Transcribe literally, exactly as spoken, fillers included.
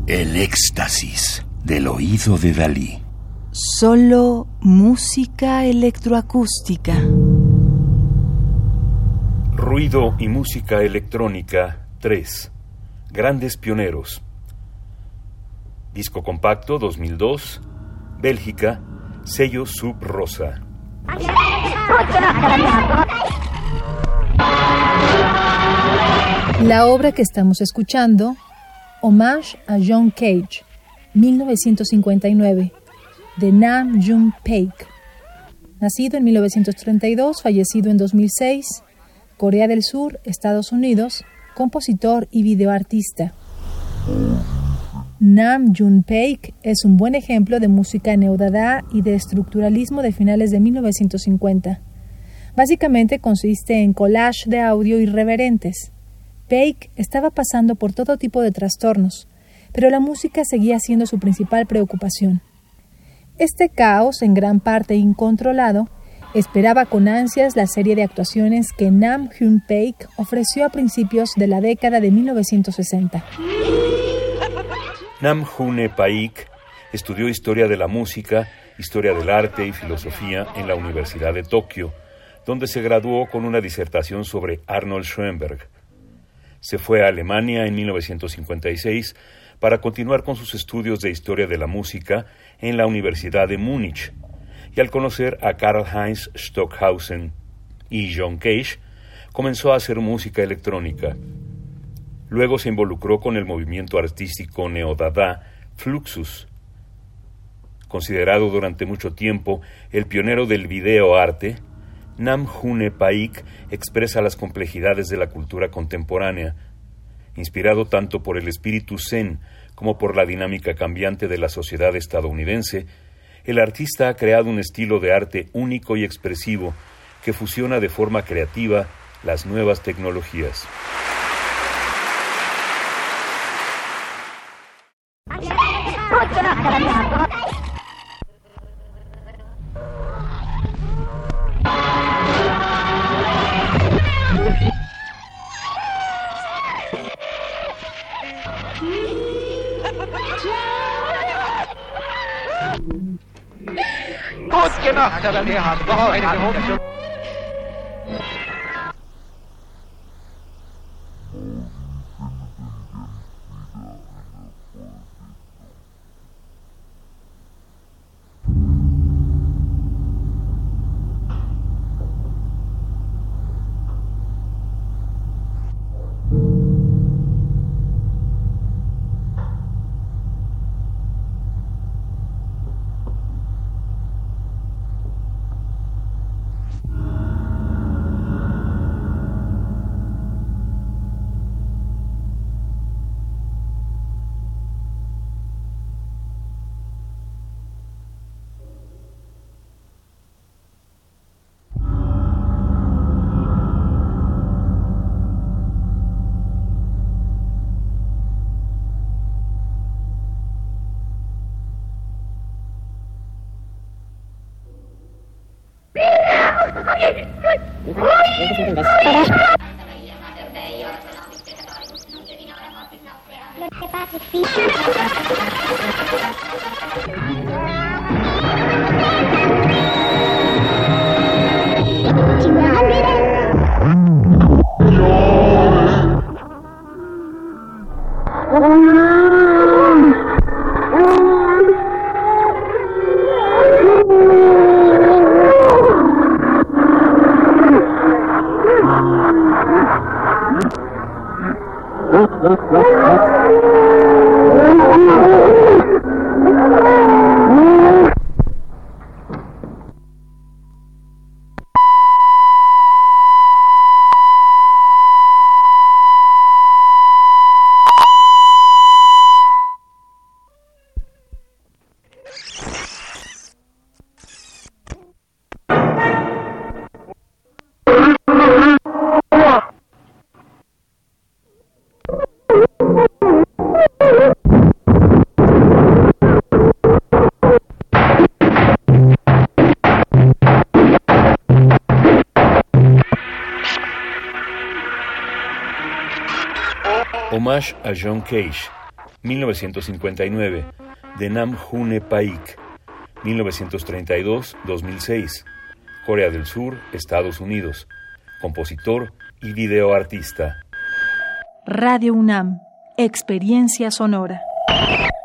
El éxtasis del oído de Dalí. Solo música electroacústica. Ruido y música electrónica tres. Grandes pioneros. Disco compacto dos mil dos, Bélgica, sello Sub Rosa. La obra que estamos escuchando, Homage a John Cage, mil novecientos cincuenta y nueve, de Nam June Paik. Nacido en mil novecientos treinta y dos, fallecido en dos mil seis, Corea del Sur, Estados Unidos, compositor y videoartista. Nam June Paik es un buen ejemplo de música neodada y de estructuralismo de finales de mil novecientos cincuenta. Básicamente consiste en collage de audio irreverentes. Paik estaba pasando por todo tipo de trastornos, pero la música seguía siendo su principal preocupación. Este caos, en gran parte incontrolado, esperaba con ansias la serie de actuaciones que Nam June Paik ofreció a principios de la década de mil novecientos sesenta. Nam June Paik estudió historia de la música, historia del arte y filosofía en la Universidad de Tokio, donde se graduó con una disertación sobre Arnold Schoenberg. Se fue a Alemania en mil novecientos cincuenta y seis para continuar con sus estudios de historia de la música en la Universidad de Múnich, y al conocer a Karl-Heinz Stockhausen y John Cage, comenzó a hacer música electrónica. Luego se involucró con el movimiento artístico neodada Fluxus. Considerado durante mucho tiempo el pionero del videoarte, Nam June Paik expresa las complejidades de la cultura contemporánea. Inspirado tanto por el espíritu zen como por la dinámica cambiante de la sociedad estadounidense, el artista ha creado un estilo de arte único y expresivo que fusiona de forma creativa las nuevas tecnologías. Gut gemacht, Herr Gerhard. Wow, eine gehobene... Homage a John Cage, mil novecientos cincuenta y nueve, de Nam June Paik, mil novecientos treinta y dos a dos mil seis, Corea del Sur, Estados Unidos, compositor y videoartista. Radio UNAM, experiencia sonora.